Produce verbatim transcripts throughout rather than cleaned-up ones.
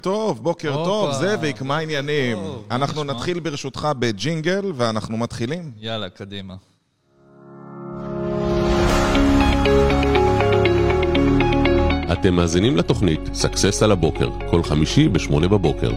טוב, בוקר טוב, זאביק, מה העניינים? אנחנו נתחיל ברשותך בג'ינגל ואנחנו מתחילים. יאללה, קדימה. אתם מאזינים לתוכנית סאקסס על הבוקר, כל חמישי בשמונה בבוקר.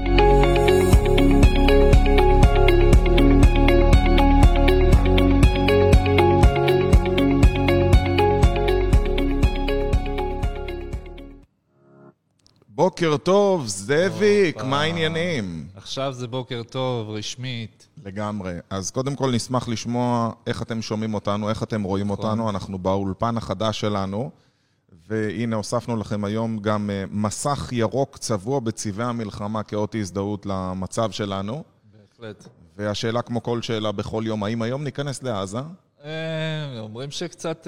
בוקר טוב, זאביק, מה העניינים? עכשיו זה בוקר טוב, רשמית. לגמרי. אז קודם כל נשמח לשמוע איך אתם שומעים אותנו, איך אתם רואים אותנו. אנחנו באולפן החדש שלנו, והנה הוספנו לכם היום גם מסך ירוק צבוע בצבעי המלחמה כאות הזדהות למצב שלנו. בהחלט. והשאלה כמו כל שאלה בכל יום, האם היום ניכנס לעזה? אומרים שקצת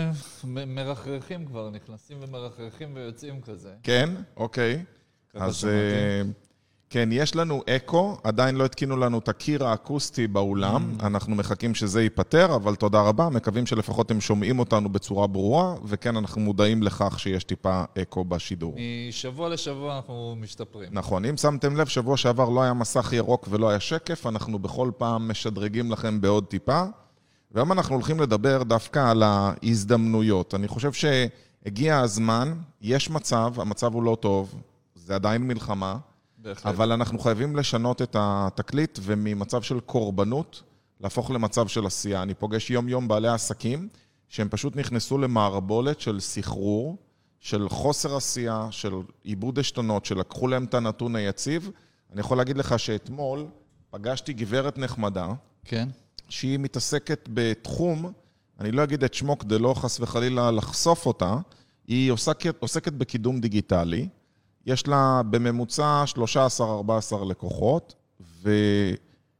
מרחרחים כבר, נכנסים ומרחרחים ויוצאים כזה. כן? אוקיי. אז כן, יש לנו אקו, עדיין לא התקינו לנו את הקיר האקוסטי באולם, אנחנו מחכים שזה ייפטר, אבל תודה רבה, מקווים שלפחות הם שומעים אותנו בצורה ברורה, וכן אנחנו מודעים לכך שיש טיפה אקו בשידור. משבוע לשבוע אנחנו משתפרים. נכון, אם שמתם לב, שבוע שעבר לא היה מסך ירוק ולא היה שקף, אנחנו בכל פעם משדרגים לכם בעוד טיפה, והיום אנחנו הולכים לדבר דווקא על ההזדמנויות. אני חושב שהגיע הזמן, יש מצב, המצב הוא לא טוב, זה עדיין מלחמה, בהחלט. אבל אנחנו חייבים לשנות את התקליט, וממצב של קורבנות, להפוך למצב של עשייה. אני פוגש יום יום בעלי עסקים, שהם פשוט נכנסו למערבולת של סחרור, של חוסר עשייה, של עיבוד השתנות, שלקחו להם את הנתון היציב. אני יכול להגיד לך שאתמול פגשתי גברת נחמדה, כן. שהיא מתעסקת בתחום, אני לא אגיד את שמו כדי לא חס וחלילה לחשוף אותה, היא עוסקת, עוסקת בקידום דיגיטלי, יש לה בממוצע שלושה עשר ארבעה עשר לקוחות, והיא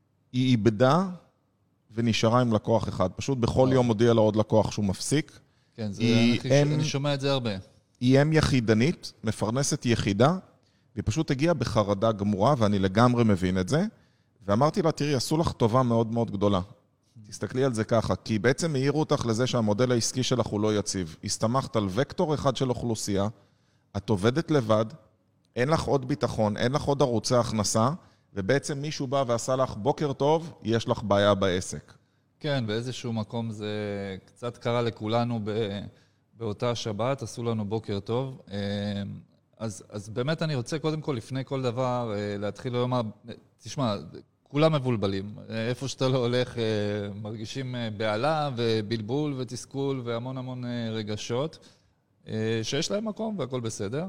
איבדה ונשארה עם לקוח אחד. פשוט בכל יום הודיע לה עוד לקוח שהוא מפסיק. כן, זה, אני, הם, אני שומע את זה הרבה. היא אם יחידנית, מפרנסת יחידה, והיא פשוט הגיעה בחרדה גמורה, ואני לגמרי מבין את זה. ואמרתי לה, תראי, עשו לך טובה מאוד מאוד גדולה. תסתכלי על זה ככה, כי בעצם העירו אותך לזה שהמודל העסקי שלך הוא לא יציב. הסתמכת על וקטור אחד של אוכלוסייה, את עובדת לבד, אין לך עוד ביטחון, אין לך עוד ערוצי הכנסה, ובעצם מישהו בא ועשה לך בוקר טוב, יש לך בעיה בעסק. כן, באיזשהו מקום זה קצת קרה לכולנו באותה שבת, עשו לנו בוקר טוב. אז, אז באמת אני רוצה קודם כל, לפני כל דבר, להתחיל לומר, תשמע, כולם מבולבלים. איפה שאתה לא הולך, מרגישים בעלה ובלבול ותסכול והמון המון רגשות, שיש להם מקום והכל בסדר.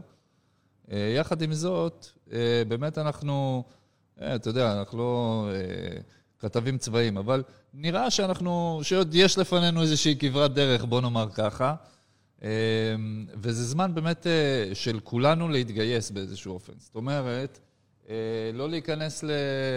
יחד עם זאת, באמת אנחנו, אתה יודע, אנחנו לא כתבים צבאיים, אבל נראה שאנחנו, שעוד יש לפנינו איזושהי כברת דרך, בוא נאמר ככה, וזה זמן באמת של כולנו להתגייס באיזשהו אופן. זאת אומרת, לא להיכנס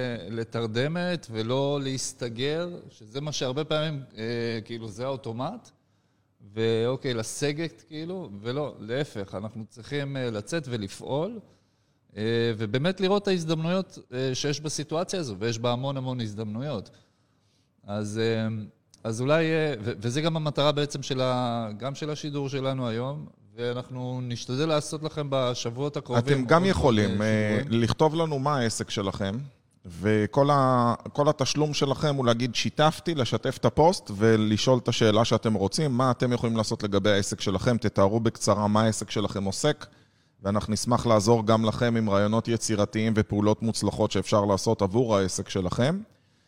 לתרדמת ולא להסתגר, שזה מה שהרבה פעמים, כאילו, זה האוטומט, ואוקיי, לסגת כאילו, ולא, להפך, אנחנו צריכים לצאת ולפעול, ובאמת לראות את ההזדמנויות שיש בסיטואציה הזו, ויש בה המון המון הזדמנויות. אז, אז אולי, וזה גם המטרה בעצם של ה, גם של השידור שלנו היום, ואנחנו נשתדל לעשות לכם בשבועות הקרובים. אתם גם יכולים לכתוב לנו מה העסק שלכם, וכל ה, כל התשלום שלכם הוא להגיד שיתפתי, לשתף את הפוסט ולשאול את השאלה שאתם רוצים, מה אתם יכולים לעשות לגבי העסק שלכם, תתארו בקצרה מה העסק שלכם עוסק, ואנחנו נשמח לעזור גם לכם עם רעיונות יצירתיים ופעולות מוצלחות שאפשר לעשות עבור העסק שלכם.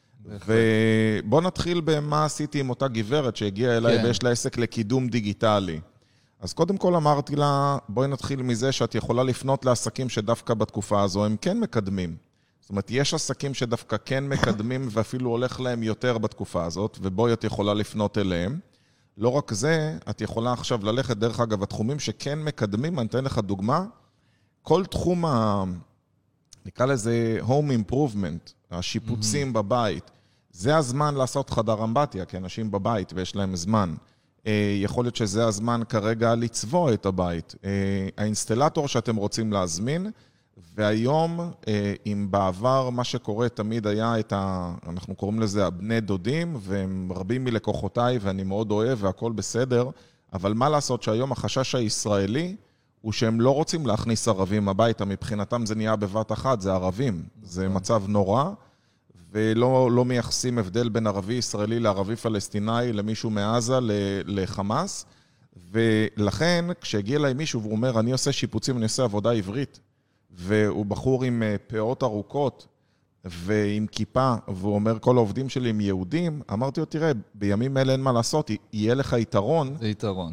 ובואו נתחיל במה עשיתי עם אותה גברת שהגיעה אליי כן. ויש לה עסק לקידום דיגיטלי. אז קודם כל אמרתי לה, בואי נתחיל מזה שאת יכולה לפנות לעסקים שדווקא בתקופה הזו הם כן מקדמים. זאת אומרת, יש עסקים שדווקא כן מקדמים ואפילו הולך להם יותר בתקופה הזאת, ובואי את יכולה לפנות אליהם. לא רק זה, את יכולה עכשיו ללכת דרך אגב, התחומים שכן מקדמים, אני אתן לך דוגמה, כל תחום, ה... נקרא לזה home improvement, השיפוצים mm-hmm. בבית, זה הזמן לעשות חדר אמבטיה, כי אנשים בבית ויש להם זמן. יכול להיות שזה הזמן כרגע לצבוע את הבית. האינסטלטור שאתם רוצים להזמין, והיום, אם בעבר מה שקורה תמיד היה את ה... אנחנו קוראים לזה הבני דודים, והם רבים מלקוחותיי, ואני מאוד אוהב, והכל בסדר, אבל מה לעשות שהיום החשש הישראלי הוא שהם לא רוצים להכניס ערבים הביתה, מבחינתם זה נהיה בבת אחת, זה ערבים. זה מצב נורא, ולא לא מייחסים הבדל בין ערבי ישראלי לערבי פלסטיני, למישהו מעזה, לחמאס, ולכן כשהגיע אליי מישהו והוא אומר, אני עושה שיפוצים, אני עושה עבודה עברית, והוא בחור עם פאות ארוכות, ועם כיפה, והוא אומר, כל העובדים שלי הם יהודים, אמרתי לו, תראה, בימים אלה אין מה לעשות, יהיה לך יתרון. זה יתרון.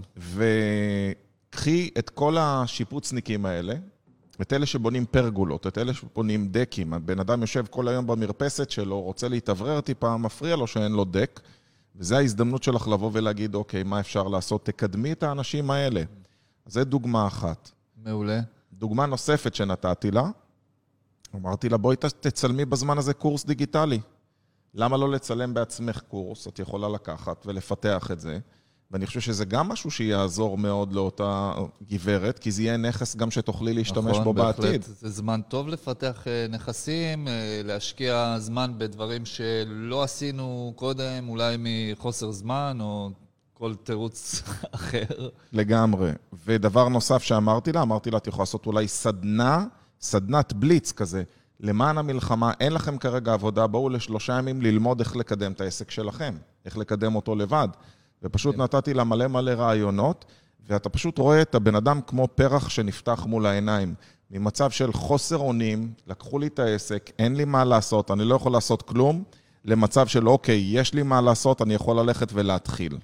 וקחי את כל השיפוצניקים האלה, את אלה שבונים פרגולות, את אלה שבונים דקים, הבן אדם יושב כל היום במרפסת שלו, רוצה להתאוורר טיפה, מפריע לו שאין לו דק, וזו ההזדמנות שלך לבוא ולהגיד, אוקיי, מה אפשר לעשות? תקדמי את האנשים האלה. אז זו דוגמה אחת. מעולה. דוגמה נוספת שנתתי לה, אמרתי לה, בואי תצלמי בזמן הזה קורס דיגיטלי. למה לא לצלם בעצמך קורס? את יכולה לקחת ולפתח את זה. ואני חושב שזה גם משהו שיעזור מאוד לאותה גברת, כי זה יהיה נכס גם שתוכלי להשתמש נכון, בו בהחלט. בעתיד. זה זמן טוב לפתח נכסים, להשקיע זמן בדברים שלא עשינו קודם, אולי מחוסר זמן או כל תירוץ אחר. לגמרי. ודבר נוסף שאמרתי לה, אמרתי לה, את יכולה לעשות אולי סדנה, סדנת בליץ כזה, למען המלחמה, אין לכם כרגע עבודה, בואו לשלושה ימים ללמוד איך לקדם את העסק שלכם, איך לקדם אותו לבד. ופשוט נתתי לה מלא מלא רעיונות, ואתה פשוט רואה את הבן אדם כמו פרח שנפתח מול העיניים. ממצב של חוסר אונים, לקחו לי את העסק, אין לי מה לעשות, אני לא יכול לעשות כלום, למצב של אוקיי, יש לי מה לעשות, אני יכול ללכת ולהתחיל.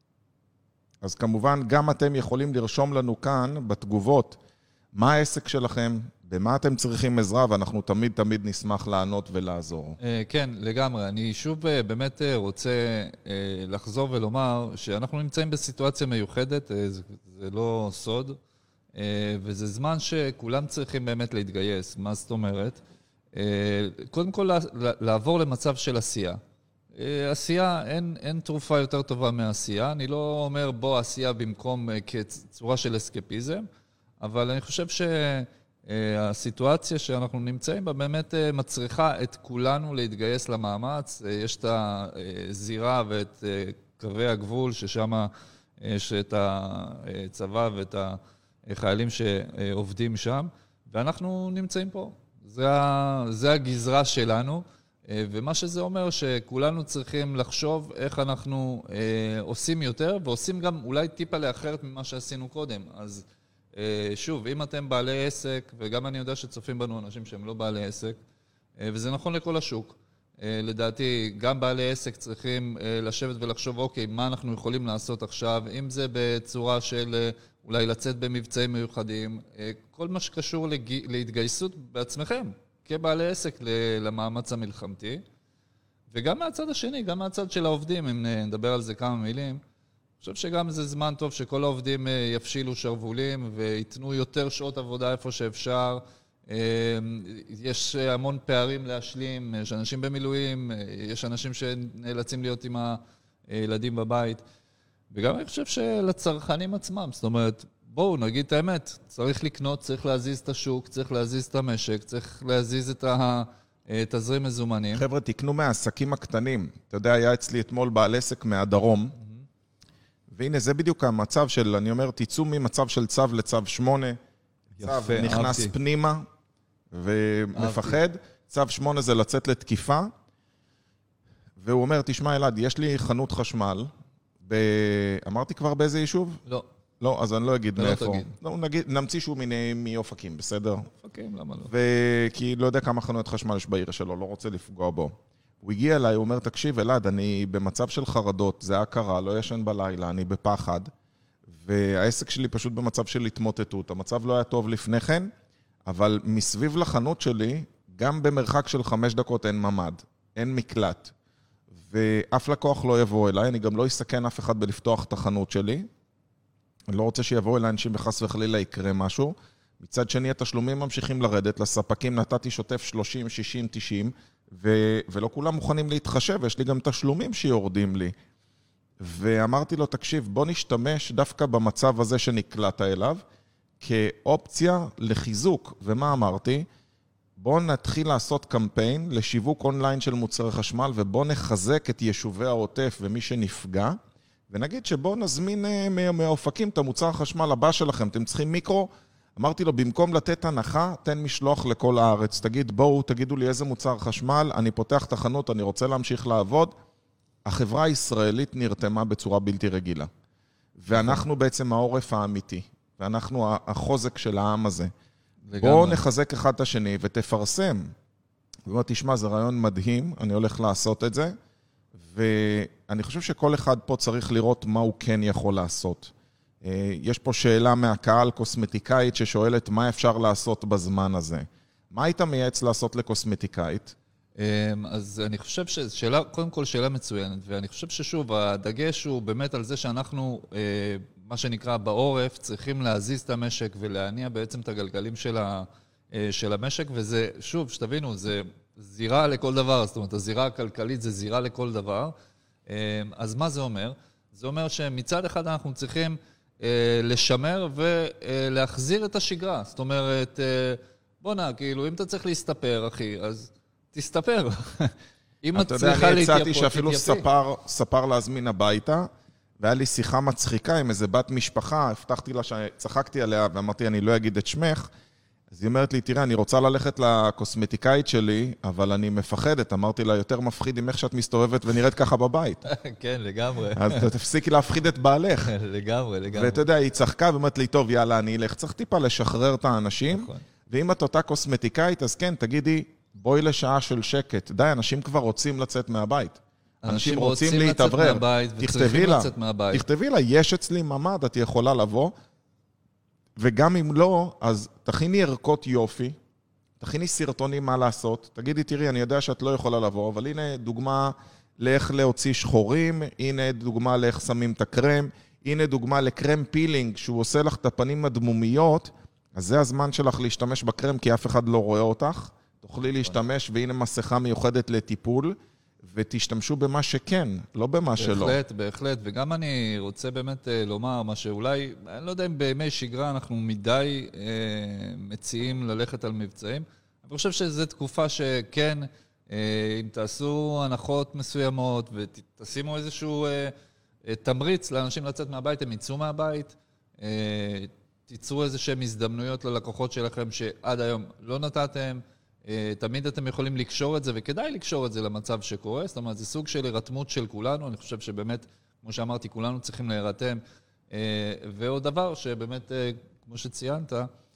אז כמובן, גם אתם יכולים לרשום לנו כאן בתגובות, מה העסק שלכם, במה אתם צריכים עזרה, ואנחנו תמיד תמיד נשמח לענות ולעזור. כן, לגמרי. אני שוב באמת רוצה לחזור ולומר שאנחנו נמצאים בסיטואציה מיוחדת, זה לא סוד, וזה זמן שכולם צריכים באמת להתגייס. מה זאת אומרת? קודם כל לעבור למצב של עשייה. עשייה, אין, אין תרופה יותר טובה מעשייה. אני לא אומר בוא עשייה במקום כצורה של אסקפיזם, אבל אני חושב שהסיטואציה שאנחנו נמצאים בה באמת מצריכה את כולנו להתגייס למאמץ. יש את הזירה ואת קווי הגבול ששם יש את הצבא ואת החיילים שעובדים שם, ואנחנו נמצאים פה. זה, זה הגזרה שלנו, ומה שזה אומר שכולנו צריכים לחשוב איך אנחנו עושים יותר, ועושים גם אולי טיפה לאחרת ממה שעשינו קודם. אז שוב, אם אתם בעלי עסק, וגם אני יודע שצופים בנו אנשים שהם לא בעלי עסק, וזה נכון לכל השוק, לדעתי גם בעלי עסק צריכים לשבת ולחשוב, אוקיי, מה אנחנו יכולים לעשות עכשיו, אם זה בצורה של אולי לצאת במבצעים מיוחדים, כל מה שקשור להתגייסות בעצמכם, כבעלי עסק למאמץ המלחמתי, וגם מהצד השני, גם מהצד של העובדים, אם נדבר על זה כמה מילים, אני חושב שגם זה זמן טוב שכל העובדים יפשילו שרבולים ויתנו יותר שעות עבודה איפה שאפשר. יש המון פערים להשלים, יש אנשים במילואים, יש אנשים שנאלצים להיות עם הילדים בבית. וגם אני חושב שלצרכנים עצמם, זאת אומרת, בואו נגיד את האמת, צריך לקנות, צריך להזיז את השוק, צריך להזיז את המשק, צריך להזיז את התזרים מזומנים. חבר'ה, תקנו מהעסקים הקטנים. אתה יודע, היה אצלי אתמול בעל עסק מהדרום, והנה זה בדיוק המצב של, אני אומר, תיצאו ממצב של צו לצו שמונה, צו נכנס פנימה ומפחד, צו שמונה זה לצאת לתקיפה, והוא אומר, תשמע אלעד, יש לי חנות חשמל, ב... אמרתי כבר באיזה יישוב? לא. לא, אז אני לא אגיד מאיפה. לא תגיד. לא, נגיד, נמציא שהוא מיני מאופקים, בסדר? אופקים, למה לא? וכי לא יודע כמה חנויות חשמל יש בעיר שלו, לא רוצה לפגוע בו. הוא הגיע אליי, הוא אומר, תקשיב, אלעד, אני במצב של חרדות, זה הכרה, לא ישן בלילה, אני בפחד, והעסק שלי פשוט במצב של התמוטטות. המצב לא היה טוב לפני כן, אבל מסביב לחנות שלי, גם במרחק של חמש דקות אין ממד, אין מקלט, ואף לקוח לא יבוא אליי, אני גם לא אסכן אף אחד בלפתוח את החנות שלי, אני לא רוצה שיבואו אליי אנשים וחס וחלילה יקרה משהו, מצד שני התשלומים ממשיכים לרדת, לספקים נתתי שוטף שלושים, שישים, תשעים, ו- ולא כולם מוכנים להתחשב, יש לי גם תשלומים שיורדים לי. ואמרתי לו, תקשיב, בוא נשתמש דווקא במצב הזה שנקלט אליו, כאופציה לחיזוק. ומה אמרתי? בוא נתחיל לעשות קמפיין לשיווק אונליין של מוצרי חשמל, ובוא נחזק את יישובי העוטף ומי שנפגע, ונגיד שבוא נזמין מהאופקים את המוצר החשמל הבא שלכם, אתם צריכים מיקרו, אמרתי לו, במקום לתת הנחה, תן משלוח לכל הארץ. תגיד, בואו, תגידו לי איזה מוצר חשמל, אני פותח את החנות, אני רוצה להמשיך לעבוד. החברה הישראלית נרתמה בצורה בלתי רגילה. ואנחנו בעצם העורף האמיתי, ואנחנו החוזק של העם הזה. בואו נחזק אחד את השני ותפרסם. ואומר, תשמע, זה רעיון מדהים, אני הולך לעשות את זה, ואני חושב שכל אחד פה צריך לראות מה הוא כן יכול לעשות. יש פה שאלה מהקהל קוסמטיקאית ששואלת מה אפשר לעשות בזמן הזה. מה היית מייעץ לעשות לקוסמטיקאית? אז אני חושב ששאלה, קודם כל שאלה מצוינת, ואני חושב ששוב, הדגש הוא באמת על זה שאנחנו, מה שנקרא בעורף, צריכים להזיז את המשק ולהניע בעצם את הגלגלים של, ה, של המשק, וזה, שוב, שתבינו, זה זירה לכל דבר, זאת אומרת, הזירה הכלכלית זה זירה לכל דבר. אז מה זה אומר? זה אומר שמצד אחד אנחנו צריכים לשמר ולהחזיר את השגרה. זאת אומרת, בוא נע, כאילו, אם אתה צריך להסתפר, אחי, אז תסתפר. אם את צריכה להתייפות, אני הצעתי שאפילו ספר, ספר להזמין הביתה, והיה לי שיחה מצחיקה עם איזה בת משפחה, הבטחתי לה שצחקתי עליה, ואמרתי, אני לא אגיד את שמך, אז היא אומרת לי, תראה, אני רוצה ללכת לקוסמטיקאית שלי, אבל אני מפחדת. אמרתי לה, יותר מפחיד עם איך שאת מסתובבת ונראית ככה בבית. כן, לגמרי. אז תפסיקי להפחיד את בעלך. לגמרי, לגמרי. ואתה יודע, היא צחקה ואומרת לי, טוב, יאללה, אני אלך. צריך טיפה לשחרר את האנשים, ואם את אותה קוסמטיקאית, אז כן, תגידי, בואי לשעה של שקט. די, אנשים כבר רוצים לצאת מהבית. אנשים רוצים להתאוורר. תכתבי לה, תכתבי לה, יש אצלי ממד, את יכולה לבוא. וגם אם לא, אז תכיני ערכות יופי, תכיני סרטונים מה לעשות, תגידי, תראי, אני יודע שאת לא יכולה לבוא, אבל הנה דוגמה לאיך להוציא שחורים, הנה דוגמה לאיך שמים את הקרם, הנה דוגמה לקרם פילינג, שהוא עושה לך את הפנים הדמומיות, אז זה הזמן שלך להשתמש בקרם, כי אף אחד לא רואה אותך, תוכלי להשתמש, והנה מסכה מיוחדת לטיפול, ותשתמשו במה שכן, לא במה שלא. בהחלט, בהחלט, וגם אני רוצה באמת לומר מה שאולי, אני לא יודע אם בימי שגרה אנחנו מדי אה, מציעים ללכת על מבצעים, אני חושב שזו תקופה שכן, אה, אם תעשו הנחות מסוימות ותשימו איזשהו אה, אה, תמריץ לאנשים לצאת מהבית, הם יצאו מהבית, אה, תיצרו איזשהם הזדמנויות ללקוחות שלכם שעד היום לא נתתם, תמיד אתם יכולים לקשור את זה, וכדאי לקשור את זה למצב שקורה, זאת אומרת, זה סוג של הרתמות של כולנו, אני חושב שבאמת, כמו שאמרתי, כולנו צריכים להירתם, ועוד דבר שבאמת, כמו שציינת,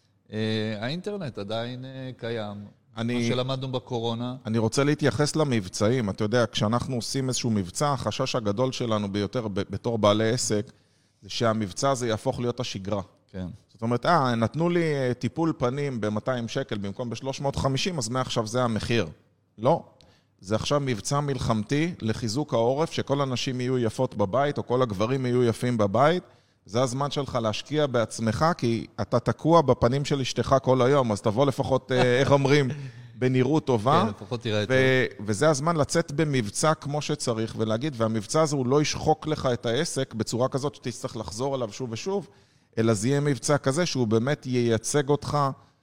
האינטרנט עדיין קיים, אני, כמו שלמדנו בקורונה. אני רוצה להתייחס למבצעים, אתה יודע, כשאנחנו עושים איזשהו מבצע, החשש הגדול שלנו ביותר בתור בעלי עסק, זה שהמבצע הזה יהפוך להיות השגרה. כן. זאת אומרת, אה, נתנו לי טיפול פנים ב-מאתיים שקל במקום ב-שלוש מאות וחמישים, אז מעכשיו זה המחיר. לא. זה עכשיו מבצע מלחמתי לחיזוק העורף, שכל הנשים יהיו יפות בבית, או כל הגברים יהיו יפים בבית. זה הזמן שלך להשקיע בעצמך, כי אתה תקוע בפנים של אשתך כל היום, אז תבוא לפחות, איך אומרים, בנראות טובה. כן, לפחות תראה את זה. וזה הזמן לצאת במבצע כמו שצריך, ולהגיד, והמבצע הזה הוא לא ישחוק לך את העסק בצורה כזאת שתצטרך לחזור אליו שוב ושוב, אלא זה יהיה מבצע כזה שהוא באמת ייצג אותך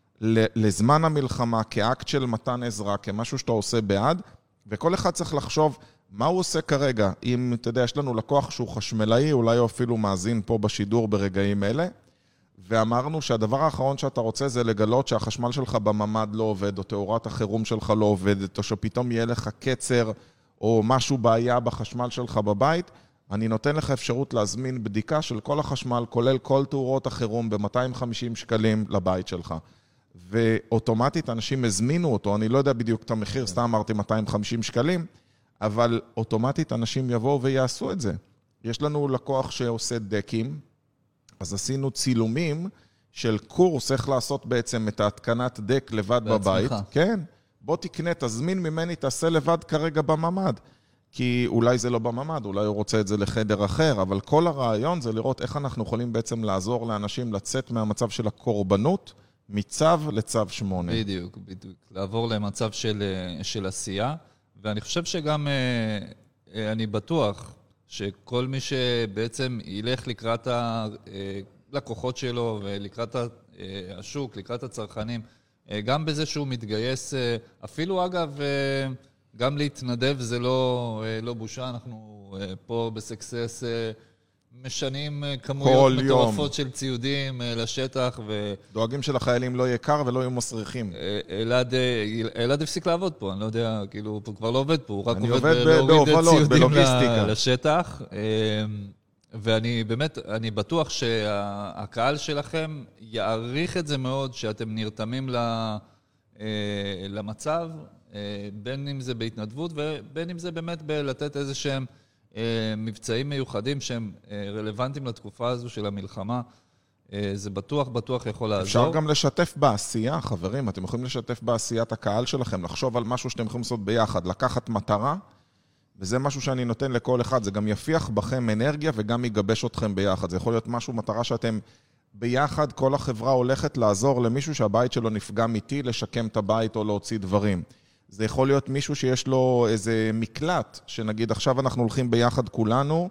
לזמן המלחמה, כאקט של מתן עזרה, כמשהו שאתה עושה בעד, וכל אחד צריך לחשוב מה הוא עושה כרגע. אם, אתה יודע, יש לנו לקוח שהוא חשמלאי, אולי הוא אפילו מאזין פה בשידור ברגעים אלה, ואמרנו שהדבר האחרון שאתה רוצה זה לגלות שהחשמל שלך בממד לא עובד, או תאורת החירום שלך לא עובדת, או שפתאום יהיה לך קצר, או משהו בעיה בחשמל שלך בבית, אני נותן לך אפשרות להזמין בדיקה של כל החשמל, כולל כל תאורות החירום ב-מאתיים וחמישים שקלים לבית שלך. ואוטומטית אנשים הזמינו אותו, אני לא יודע בדיוק את המחיר, סתם אמרתי מאתיים וחמישים שקלים, אבל אוטומטית אנשים יבואו ויעשו את זה. יש לנו לקוח שעושה דקים, אז עשינו צילומים של קורס איך לעשות בעצם את ההתקנת דק לבד בבית. כן, בוא תקנה, תזמין ממני, תעשה לבד כרגע בממד. כי אולי זה לא בממד, אולי הוא רוצה את זה לחדר אחר, אבל כל הרעיון זה לראות איך אנחנו יכולים בעצם לעזור לאנשים לצאת מהמצב של הקורבנות, מצב לצו שמונה. בדיוק, בדיוק. לעבור למצב של, של עשייה, ואני חושב שגם, אני בטוח שכל מי שבעצם ילך לקראת הלקוחות שלו ולקראת השוק, לקראת הצרכנים, גם בזה שהוא מתגייס, אפילו אגב, גם להתנדב זה לא, לא בושה, אנחנו פה בסקסס משנים כמויות כל יום. מטורפות של ציודים אה, לשטח. ו... דואגים שלחיילים לא יהיה קר ולא יהיו מסריחים. אה, אלעד, אה, אלעד הפסיק לעבוד פה, אני לא יודע, כאילו, הוא כבר לא עובד פה, הוא רק אני עובד עובד ב- בלהוריד בהובלות, ציודים בלוגיסטיקה. ל- לשטח. אה, ואני באמת, אני בטוח שהקהל שלכם יעריך את זה מאוד, שאתם נרתמים ל, אה, למצב, אה, בין אם זה בהתנדבות ובין אם זה באמת בלתת איזה שהם אה, מבצעים מיוחדים שהם אה, רלוונטיים לתקופה הזו של המלחמה. אה, זה בטוח, בטוח יכול לעזור. אפשר גם לשתף בעשייה, חברים. אתם יכולים לשתף בעשיית הקהל שלכם, לחשוב על משהו שאתם יכולים לעשות ביחד, לקחת מטרה, וזה משהו שאני נותן לכל אחד. זה גם יפיח בכם אנרגיה וגם יגבש אתכם ביחד. זה יכול להיות משהו, מטרה שאתם ביחד, כל החברה הולכת לעזור למישהו שהבית שלו נפגע איתי, לשקם את הבית או להוציא דברים. זה יכול להיות מישהו שיש לו איזה מקלט, שנגיד עכשיו אנחנו הולכים ביחד כולנו,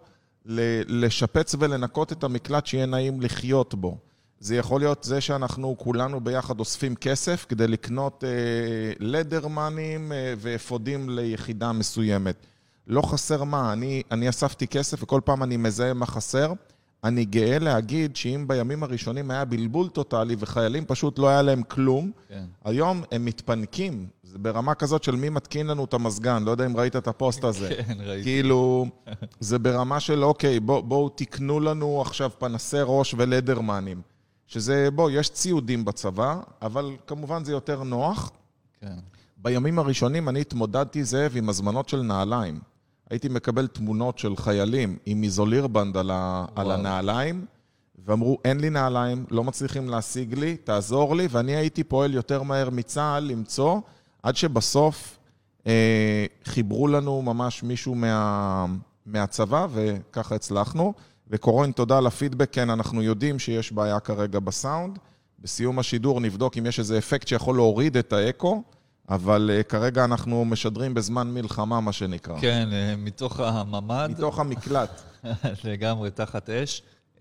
לשפץ ולנקות את המקלט שיהיה נעים לחיות בו. זה יכול להיות זה שאנחנו כולנו ביחד אוספים כסף כדי לקנות אה, לדרמנים אה, ואפודים ליחידה מסוימת. לא חסר מה, אני, אני אספתי כסף וכל פעם אני מזהה מה חסר. אני גאה להגיד שאם בימים הראשונים היה בלבול טוטלי וחיילים פשוט לא היה להם כלום, כן. היום הם מתפנקים. זה ברמה כזאת של מי מתקין לנו את המזגן. לא יודע אם ראית את הפוסט הזה. כן, ראיתי. כאילו, זה ברמה של אוקיי, בוא, בואו תקנו לנו עכשיו פנסי ראש ולדרמנים. שזה, בוא, יש ציודים בצבא, אבל כמובן זה יותר נוח. כן. בימים הראשונים אני התמודדתי זאב עם הזמנות של נעליים. הייתי מקבל תמונות של חיילים עם איזולירבנד על, ה... על הנעליים, ואמרו, אין לי נעליים, לא מצליחים להשיג לי, תעזור לי, ואני הייתי פועל יותר מהר מצה"ל למצוא, עד שבסוף אה, חיברו לנו ממש מישהו מה... מהצבא, וככה הצלחנו. וקוראים תודה לפידבק, כן, אנחנו יודעים שיש בעיה כרגע בסאונד. בסיום השידור נבדוק אם יש איזה אפקט שיכול להוריד את האקו, אבל uh, כרגע אנחנו משדרים בזמן מלחמה, מה שנקרא. כן, uh, מתוך הממד. מתוך המקלט. לגמרי, תחת אש.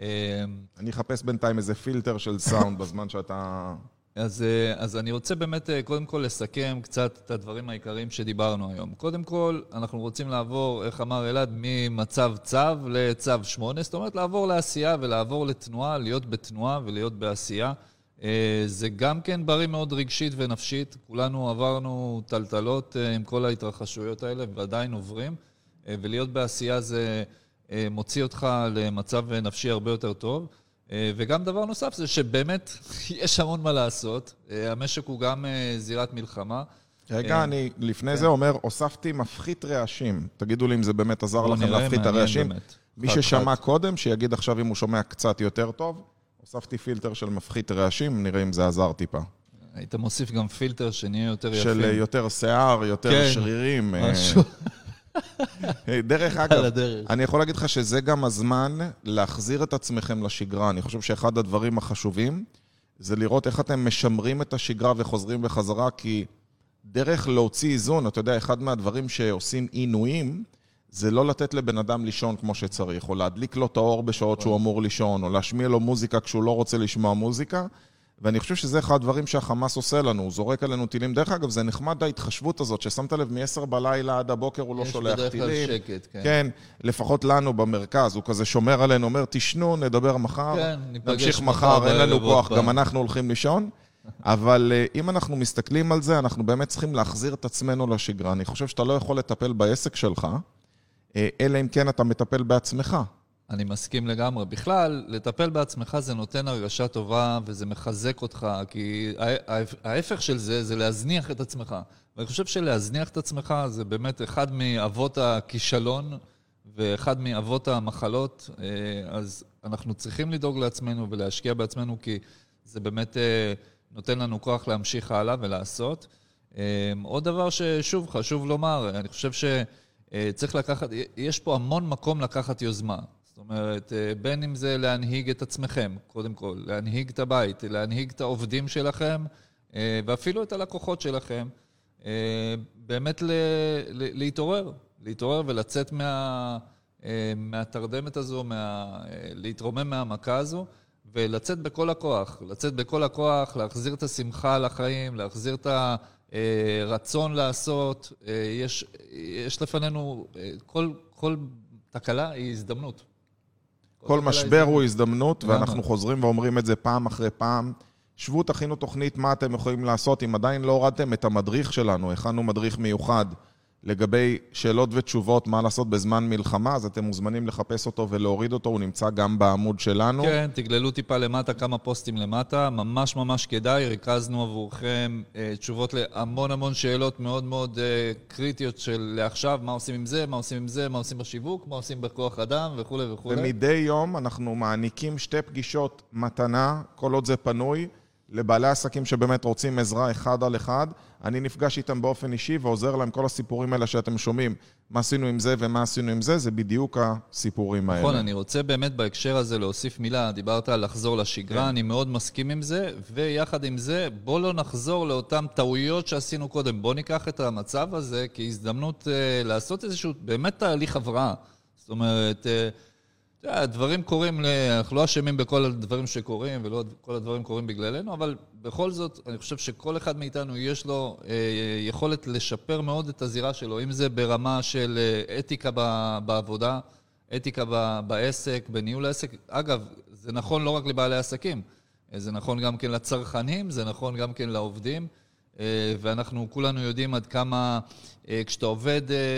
אני אחפש בינתיים איזה פילטר של סאונד בזמן שאתה... אז, אז אני רוצה באמת קודם כל לסכם קצת את הדברים העיקריים שדיברנו היום. קודם כל, אנחנו רוצים לעבור, איך אמר אלעד, ממצב צו לצו שמונה, זאת אומרת לעבור לעשייה ולעבור לתנועה, להיות בתנועה ולהיות בעשייה. זה גם כן בריא מאוד רגשית ונפשית. כולנו עברנו טלטלות עם כל ההתרחשויות האלה ועדיין עוברים. ולהיות בעשייה זה מוציא אותך למצב נפשי הרבה יותר טוב. וגם דבר נוסף זה שבאמת יש המון מה לעשות. המשק הוא גם זירת מלחמה. רגע, אני לפני זה אומר, הוספתי מפחית רעשים. תגידו לי אם זה באמת עזר לכם להפחית את הרעשים. מי ששמע קודם, שיגיד עכשיו אם הוא שומע קצת יותר טוב. הוספתי פילטר של מפחית רעשים, נראה אם זה עזר טיפה. היית מוסיף גם פילטר שנהיה יותר יפים. של יותר שיער, יותר כן, שרירים. משהו. דרך אגב, אני יכול להגיד לך שזה גם הזמן להחזיר את עצמכם לשגרה. אני חושב שאחד הדברים החשובים זה לראות איך אתם משמרים את השגרה וחוזרים בחזרה, כי דרך להוציא איזון, אתה יודע, אחד מהדברים שעושים עינויים, זה לא לתת לבן אדם לישון כמו שצריך, או להדליק לו את האור בשעות שהוא אמור לישון, או להשמיע לו מוזיקה כשהוא לא רוצה לשמוע מוזיקה, ואני חושב שזה אחד הדברים שהחמאס עושה לנו, הוא זורק עלינו טילים. דרך אגב, זה נחמד ההתחשבות הזאת, ששמת לב מ-עשר בלילה עד הבוקר הוא לא שולח טילים. יש בדרך כלל שקט, כן. כן, לפחות לנו במרכז, הוא כזה שומר עלינו, אומר, תשנו, נדבר מחר, כן, נמשיך מחר, אין לנו כוח, גם אנחנו הולכים לישון. אבל אם אנחנו מסתכלים על זה, אנחנו באמת צריכים להחזיר את עצמנו לשגרה. אני חושב שאתה לא יכול לטפל בעסק שלך, אלא אם כן אתה מטפל בעצמך. אני מסכים לגמרי. בכלל, לטפל בעצמך זה נותן הרגשה טובה וזה מחזק אותך, כי ההפך של זה זה להזניח את עצמך. ואני חושב שלהזניח את עצמך זה באמת אחד מאבות הכישלון ואחד מאבות המחלות. אז אנחנו צריכים לדאוג לעצמנו ולהשקיע בעצמנו, כי זה באמת נותן לנו כוח להמשיך הלאה ולעשות. עוד דבר ששוב חשוב לומר, אני חושב שצריך לקחת, יש פה המון מקום לקחת יוזמה. זאת אומרת, בין אם זה להנהיג את עצמכם, קודם כל, להנהיג את הבית, להנהיג את העובדים שלכם, ואפילו את הלקוחות שלכם, באמת להתעורר, להתעורר ולצאת מה, מהתרדמת הזו, מה, להתרומם מהמכה הזו, ולצאת בכל הכוח, לצאת בכל הכוח, להחזיר את השמחה לחיים, להחזיר את הרצון לעשות. יש, יש לפנינו, כל, כל תקלה היא הזדמנות. כל משבר הוא הזדמנות, ואנחנו חוזרים ואומרים את זה פעם אחרי פעם. שבו, תכינו תוכנית מה אתם יכולים לעשות. אם עדיין לא הורדתם את המדריך שלנו, הכנו מדריך מיוחד לגבי שאלות ותשובות, מה לעשות בזמן מלחמה, אז אתם מוזמנים לחפש אותו ולהוריד אותו, הוא נמצא גם בעמוד שלנו. כן, תגללו טיפה למטה, כמה פוסטים למטה, ממש ממש כדאי, ריכזנו עבורכם אה, תשובות להמון המון שאלות מאוד מאוד אה, קריטיות של לעכשיו, מה עושים עם זה, מה עושים עם זה, מה עושים בשיווק, מה עושים בכוח אדם וכו' וכו'. ומדי יום אנחנו מעניקים שתי פגישות מתנה, כל עוד זה פנוי, לבעלי עסקים שבאמת רוצים עזרה אחד על אחד. אני נפגש איתם באופן אישי ועוזר להם כל הסיפורים האלה שאתם שומעים. מה עשינו עם זה ומה עשינו עם זה, זה בדיוק הסיפורים האלה. נכון, אני רוצה באמת בהקשר הזה להוסיף מילה. דיברת על לחזור לשגרה, אני מאוד מסכים עם זה, ויחד עם זה, בוא לא נחזור לאותן טעויות שעשינו קודם. בוא ניקח את המצב הזה כהזדמנות uh, לעשות איזשהו באמת תהליך הבראה. זאת אומרת... Uh, הדברים קורים, אנחנו לא אשמים בכל הדברים שקורים, ולא כל הדברים קורים בגללנו, אבל בכל זאת, אני חושב שכל אחד מאיתנו יש לו אה, יכולת לשפר מאוד את הזירה שלו, אם זה ברמה של אתיקה בעבודה, אתיקה בעסק, בניהול העסק. אגב, זה נכון לא רק לבעלי עסקים, זה נכון גם כן לצרכנים, זה נכון גם כן לעובדים, ואנחנו כולנו יודעים עד כמה כשאתה עובד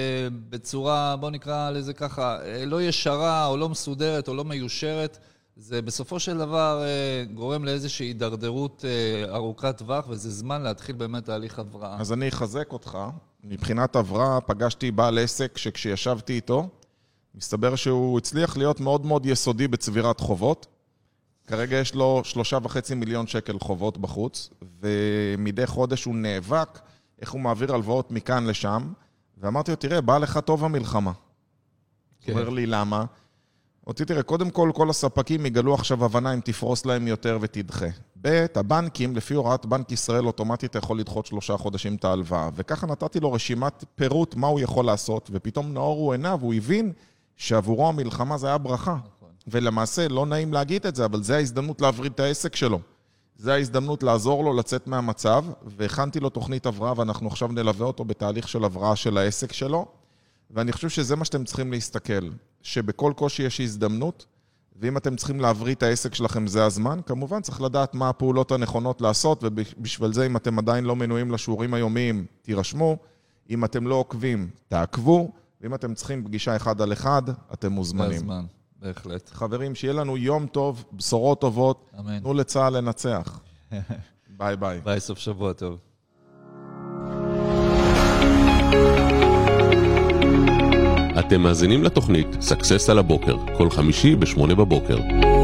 בצורה, בוא נקרא לזה ככה, לא ישרה או לא מסודרת או לא מיושרת, זה בסופו של דבר גורם לאיזושהי הידרדרות ארוכת טווח, וזה זמן להתחיל באמת תהליך הבראה. אז אני אחזק אותך. מבחינת הבראה פגשתי בעל עסק שכשישבתי איתו, מסתבר שהוא הצליח להיות מאוד מאוד יסודי בצבירת חובות. כרגע יש לו שלושה וחצי מיליון שקל חובות בחוץ, ומדי חודש הוא נאבק איך הוא מעביר הלוואות מכאן לשם, ואמרתי לו, תראה, בא לך טוב המלחמה. הוא אומר לי, למה? אותי, תראה, קודם כל, כל הספקים יגלו עכשיו הבנה אם תפרוס להם יותר ותדחה. ב' הבנקים, לפי הוראת בנק ישראל, אוטומטית יכול לדחות שלושה חודשים את ההלוואה, וככה נתתי לו רשימת פירוט מה הוא יכול לעשות, ופתאום נאורו עיניו, הוא הבין שעבורו המלחמה זה היה ברכה. ולמעשה לא נעים להגיד את זה, אבל זה ההזדמנות להבריא את העסק שלו. זה ההזדמנות לעזור לו לצאת מהמצב, והכנתי לו תוכנית הבראה, ואנחנו עכשיו נלווה אותו בתהליך של הבראה של העסק שלו, ואני חושב שזה מה שאתם צריכים להסתכל, שבכל קושי יש הזדמנות, ואם אתם צריכים להבריא את העסק שלכם זה הזמן, כמובן צריך לדעת מה הפעולות הנכונות לעשות, ובשביל זה אם אתם עדיין לא מנויים לשיעורים היומיים, תירשמו, אם אתם לא עוקבים, תעקבו, ואם אתם צריכים פגישה אחד על אחד, אתם מוזמנים. זה הזמן. בהחלט. חברים, שיהיה לנו יום טוב, בשורות טובות. אמן. תנו לצה"ל לנצח. ביי ביי. ביי, סוף שבוע טוב. אתם מאזינים לתוכנית סאקסס על הבוקר, כל חמישי בשמונה בבוקר.